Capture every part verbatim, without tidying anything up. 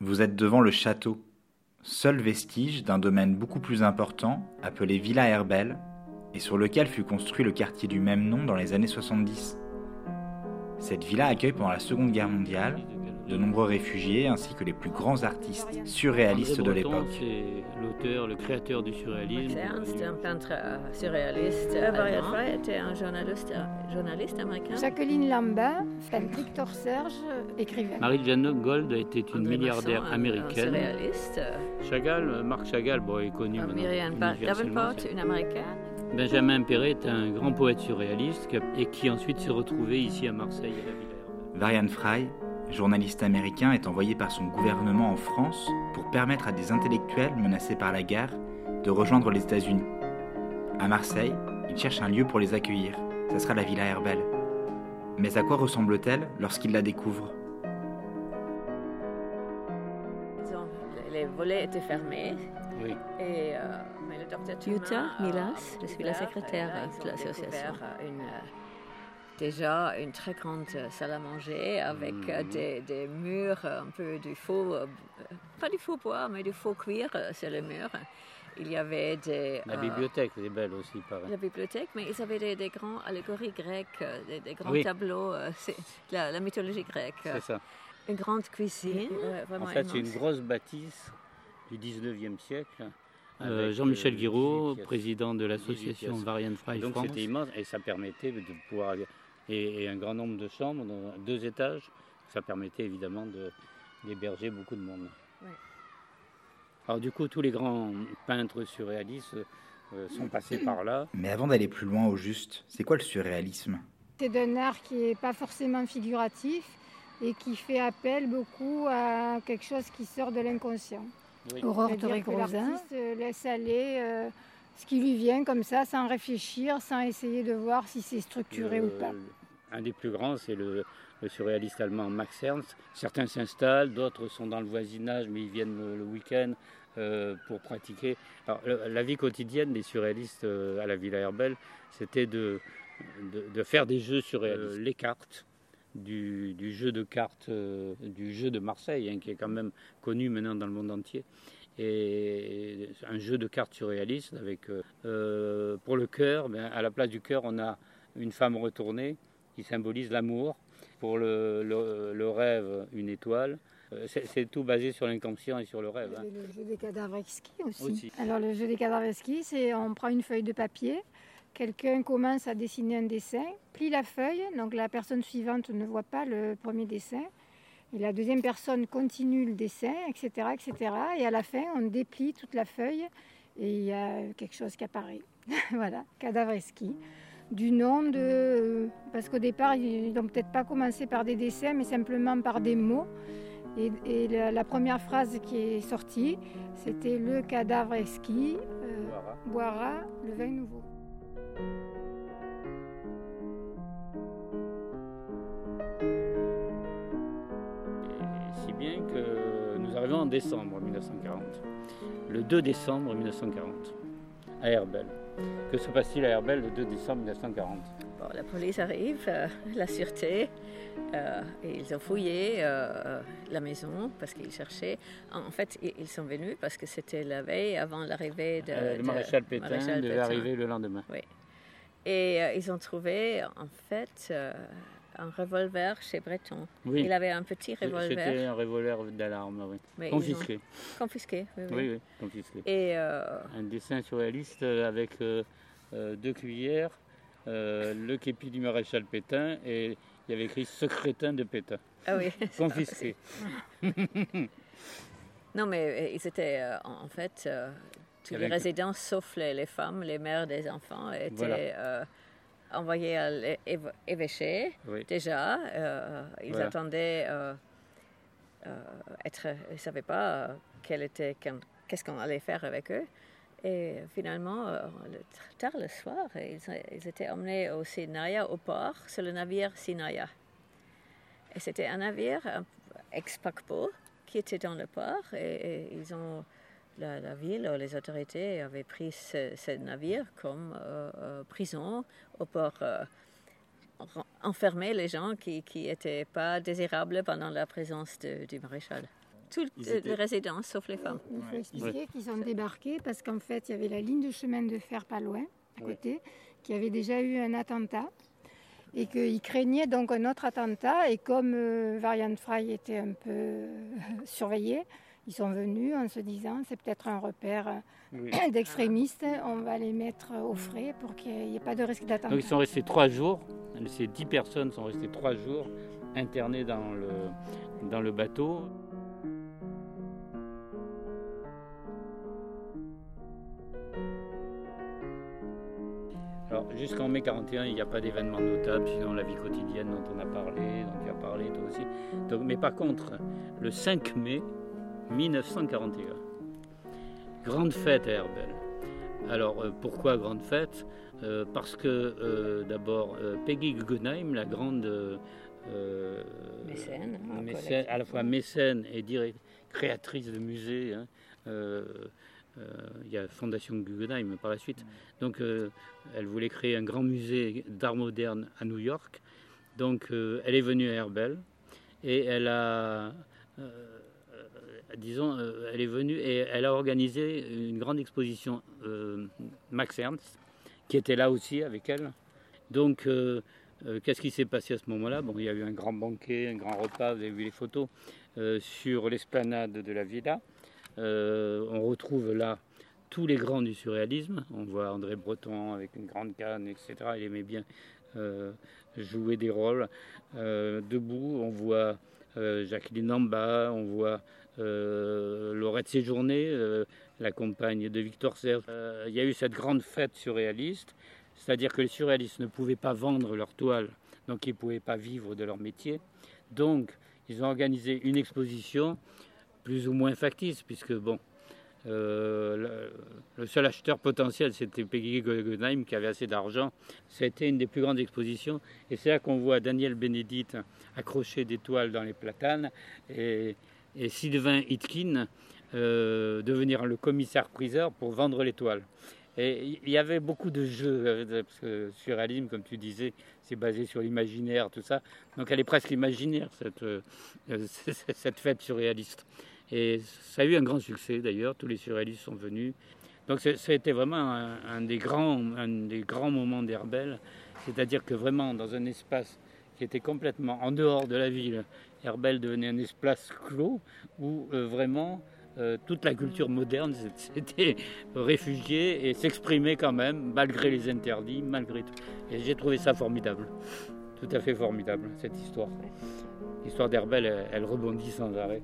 Vous êtes devant le château, seul vestige d'un domaine beaucoup plus important, appelé Villa Herbel, et sur lequel fut construit le quartier du même nom dans les années soixante-dix. Cette villa accueille pendant la Seconde Guerre mondiale de nombreux réfugiés ainsi que les plus grands artistes surréalistes André de Breton, l'époque. c'est l'auteur, le créateur du surréalisme. Max Ernst, un peintre surréaliste. Varian Fry était un journaliste, journaliste américain. Jacqueline Lambin, Victor Serge, écrivain. Marie-Jeanne Gold était une André milliardaire Masson, un- américaine. Un surréaliste. Chagall, Marc Chagall, bon, est connu Euh, maintenant. Miriam universellement, Davenport, c'est- une américaine. Benjamin Perret est un grand poète surréaliste qui a- et qui ensuite s'est retrouvé ici à Marseille, à la Villa Herbel. Varian Fry, journaliste américain, est envoyé par son gouvernement en France pour permettre à des intellectuels menacés par la guerre de rejoindre les États-Unis. À Marseille, il cherche un lieu pour les accueillir. Ça sera la Villa Herbel. Mais à quoi ressemble-t-elle lorsqu'il la découvre ? Disons, les- les volets étaient fermés. Oui. Et, euh, mais le docteur Jutta Milas, je je suis la secrétaire de l'association. Une, euh, déjà une très grande salle à manger avec euh, Mhm. des, des murs un peu du faux, euh, pas du faux bois, mais du faux cuir euh, sur les murs. Il y avait des... La euh, bibliothèque est belle aussi, pareil. La bibliothèque, mais ils avaient des, des grands allégories grecques, euh, des, des grands Oui. tableaux, euh, c'est la, la mythologie grecque. C'est ça. Une grande cuisine, ouais, vraiment En fait, c'est une immense. grosse bâtisse du dixneuvième siècle. Euh, Avec, Jean-Michel euh, Guiraud, pièces. président de dix-huit l'association pièces. Varian Fry Donc, France. c'était immense et ça permettait de pouvoir aller. Et, et un grand nombre de chambres, dans deux étages, ça permettait évidemment de, d'héberger beaucoup de monde. Ouais. Alors du coup, tous les grands peintres surréalistes euh, sont passés par là. Mais avant d'aller plus loin au juste, c'est quoi le surréalisme ? C'est d'un art qui n'est pas forcément figuratif et qui fait appel beaucoup à quelque chose qui sort de l'inconscient. Oui. Aurore C'est-à-dire Toré que Grosin l'artiste euh, laisse aller euh, ce qui lui vient comme ça, sans réfléchir, sans essayer de voir si c'est structuré Le- ou pas. Un des plus grands, c'est le, le surréaliste allemand Max Ernst. Certains s'installent, d'autres sont dans le voisinage, mais ils viennent le, le week-end euh, pour pratiquer. Alors, le- la vie quotidienne des surréalistes euh, à la Villa Herbel, c'était de, de, de faire des jeux surréalistes. Euh, les cartes, du, du jeu de cartes, euh, du jeu de Marseille, hein, qui est quand même connu maintenant dans le monde entier. Et un jeu de cartes surréaliste avec, euh, euh, pour le cœur, ben, à la place du cœur, on a une femme retournée qui symbolise l'amour. Pour le, le, le rêve, une étoile. Euh, C'est, c'est tout basé sur l'inconscient et sur le rêve. Il y hein. avait le jeu des cadavres exquis aussi. Aussi. Alors le jeu des cadavres exquis, c'est on prend une feuille de papier, quelqu'un commence à dessiner un dessin, plie la feuille, donc la personne suivante ne voit pas le premier dessin, et la deuxième personne continue le dessin, et cetera, et cetera. Et à la fin, on déplie toute la feuille et il y a quelque chose qui apparaît. Voilà, cadavre exquis. Du nom de... Parce qu'au départ, ils n'ont peut-être pas commencé par des dessins, mais simplement par des mots. Et, et la, la première phrase qui est sortie, c'était « Le cadavre exquis euh, Boira. boira le vin nouveau ». Et si bien que nous arrivons en décembre mille neuf cent quarante. Le deux décembre mille neuf cent quarante, à Herbel. Que se passe-t-il à Herbel le deux décembre mille neuf cent quarante? Bon, la police arrive, euh, la sûreté, euh, et ils ont fouillé euh, la maison parce qu'ils cherchaient. En fait, ils ils sont venus parce que c'était la veille avant l'arrivée de. Euh, le de- maréchal Pétain maréchal devait Pétain. arriver le lendemain. Oui. Et euh, ils ont trouvé, en fait, euh, un revolver chez Breton. Oui. Il avait un petit revolver. C'était un revolver d'alarme, oui. mais ils Confisqué. ont- Confisqué, oui, oui. Oui, oui, confisqué. Et euh, Un dessin surréaliste avec euh, euh, deux cuillères, euh, le képi du maréchal Pétain, et il y avait écrit « Secrétin de Pétain ah oui. ». Confisqué. Non, mais euh, ils étaient, euh, en en fait, euh, tous Il y les avait un- résidents, sauf les, les femmes, les mères des enfants, étaient Voilà. euh, envoyés à l'évêché. Oui. Déjà, euh, ils Voilà. attendaient euh, euh, être... Ils ne savaient pas euh, quel était, qu'un- qu'est-ce qu'on allait faire avec eux. Et finalement, euh, le- tard le soir, ils, ils étaient emmenés au Sinaïa, au port, sur le navire Sinaïa. Et c'était un navire un- ex-paquebot qui était dans le port et, et ils ont, la, la ville, les autorités avaient pris ce, ce navire comme euh, euh, prison au port, euh, en- enfermer les gens qui n'étaient pas désirables pendant la présence de- du maréchal. toutes Ils étaient... les résidences, sauf les femmes. Il faut Ouais. expliquer Ouais. qu'ils ont débarqué parce qu'en fait, il y avait la ligne de chemin de fer pas loin, à Ouais. côté, qui avait déjà eu un attentat et qu'ils craignaient donc un autre attentat. Et comme euh, Varian Fry était un peu euh, surveillé, ils sont venus en se disant c'est peut-être un repère euh, Oui. d'extrémistes, on va les mettre au frais pour qu'il n'y ait pas de risque d'attentat. Donc ils sont restés trois jours, ces dix personnes sont restées trois jours internées dans le, dans le bateau. Alors jusqu'en mai quarante et un, il n'y a pas d'événement notable, sinon la vie quotidienne dont on a parlé, dont tu as parlé toi aussi. Donc, mais par contre, le cinq mai mille neuf cent quarante et un, grande fête à Herbel. Alors euh, pourquoi grande fête? euh, Parce que euh, d'abord euh, Peggy Guggenheim, la grande euh, Mécène, hein, mécène, à la fois mécène et direct, créatrice de musées, hein, euh, euh, il y a Fondation Guggenheim par la suite. Donc euh, elle voulait créer un grand musée d'art moderne à New York. Donc euh, elle est venue à Herbel et elle a... Euh, disons, euh, elle est venue et elle a organisé une grande exposition, euh, Max Ernst, qui était là aussi avec elle. Donc, euh, euh, qu'est-ce qui s'est passé à ce moment-là? Bon, il y a eu un grand banquet, un grand repas, vous avez vu les photos, euh, sur l'esplanade de la villa. Euh, on retrouve là tous les grands du surréalisme. On voit André Breton avec une grande canne, et cetera. Il aimait bien euh, jouer des rôles. Euh, debout, on voit euh, Jacqueline Namba, on voit Euh, Laurette Séjourné, euh, la compagne de Victor Serge. Euh, il y a eu cette grande fête surréaliste, c'est-à-dire que les surréalistes ne pouvaient pas vendre leurs toiles, donc ils ne pouvaient pas vivre de leur métier. Donc, ils ont organisé une exposition plus ou moins factice, puisque bon, euh, le, le seul acheteur potentiel, c'était Peggy Guggenheim qui avait assez d'argent. C'était une des plus grandes expositions, et c'est là qu'on voit Daniel Bénédite accrocher des toiles dans les platanes, et et Sylvain Hitkin euh, devenir le commissaire-priseur pour vendre les toiles. Et il y avait beaucoup de jeux, parce que le surréalisme, comme tu disais, c'est basé sur l'imaginaire, tout ça. Donc elle est presque imaginaire, cette, euh, cette fête surréaliste. Et ça a eu un grand succès d'ailleurs, tous les surréalistes sont venus. Donc c'était vraiment un, un, des grands, un des grands moments d'Herbel, c'est-à-dire que vraiment dans un espace qui était complètement en dehors de la ville, Herbel devenait un espace clos où euh, vraiment euh, toute la culture moderne s'était réfugiée et s'exprimait quand même, malgré les interdits, malgré tout. Et j'ai trouvé ça formidable, tout à fait formidable, cette histoire. L'histoire d'Herbel, elle, elle rebondit sans arrêt.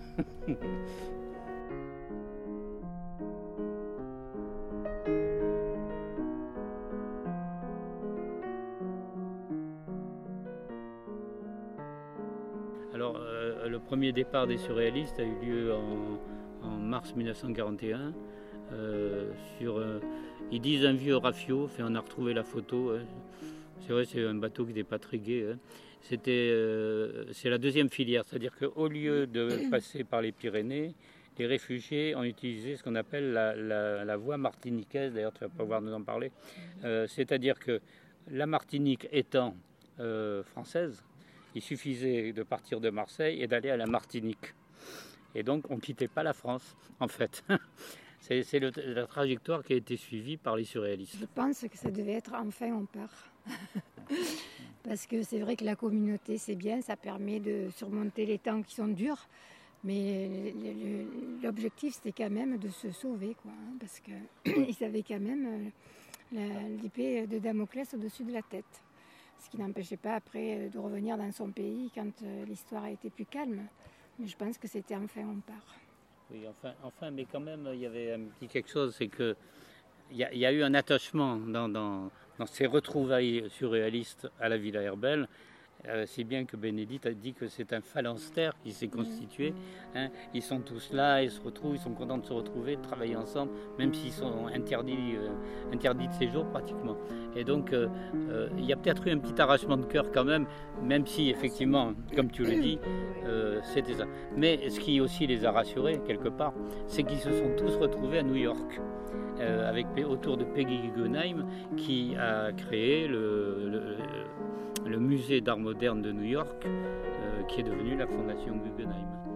Alors, euh, le premier départ des surréalistes a eu lieu en, en mars mille neuf cent quarante et un. Euh, sur, euh, ils disent un vieux rafio, enfin, on a retrouvé la photo. Hein. C'est vrai, c'est un bateau qui n'est pas très gai. Hein. C'était, euh, c'est la deuxième filière, c'est-à-dire qu'au lieu de passer par les Pyrénées, les réfugiés ont utilisé ce qu'on appelle la, la, la voie martiniquaise. D'ailleurs, tu vas pouvoir nous en parler. Euh, c'est-à-dire que la Martinique étant euh, française, il suffisait de partir de Marseille et d'aller à la Martinique. Et donc, on ne quittait pas la France, en fait. C'est, c'est le, la trajectoire qui a été suivie par les surréalistes. Je pense que ça devait être enfin on part. Parce que c'est vrai que la communauté, c'est bien, ça permet de surmonter les temps qui sont durs. Mais le, le, l'objectif, c'était quand même de se sauver, quoi, hein, parce qu'ils avaient quand même la, l'épée de Damoclès au-dessus de la tête. Ce qui n'empêchait pas après de revenir dans son pays quand l'histoire a été plus calme. Mais je pense que c'était enfin on part. Oui, enfin, enfin, mais quand même, il y avait un petit quelque chose, c'est que il y, y a eu un attachement dans, dans, dans ces retrouvailles surréalistes à la Villa Herbel. Euh, si bien que Bénédite a dit que c'est un phalanstère qui s'est constitué. Hein. Ils sont tous là, ils se retrouvent, ils sont contents de se retrouver, de travailler ensemble, même s'ils sont interdits, euh, interdits de séjour pratiquement. Et donc, euh, euh, il y a peut-être eu un petit arrachement de cœur quand même, même si effectivement, comme tu le dis, euh, c'était ça. Mais ce qui aussi les a rassurés quelque part, c'est qu'ils se sont tous retrouvés à New York. Euh, avec, autour de Peggy Guggenheim qui a créé le, le, le musée d'art moderne de New York euh, qui est devenu la Fondation Guggenheim.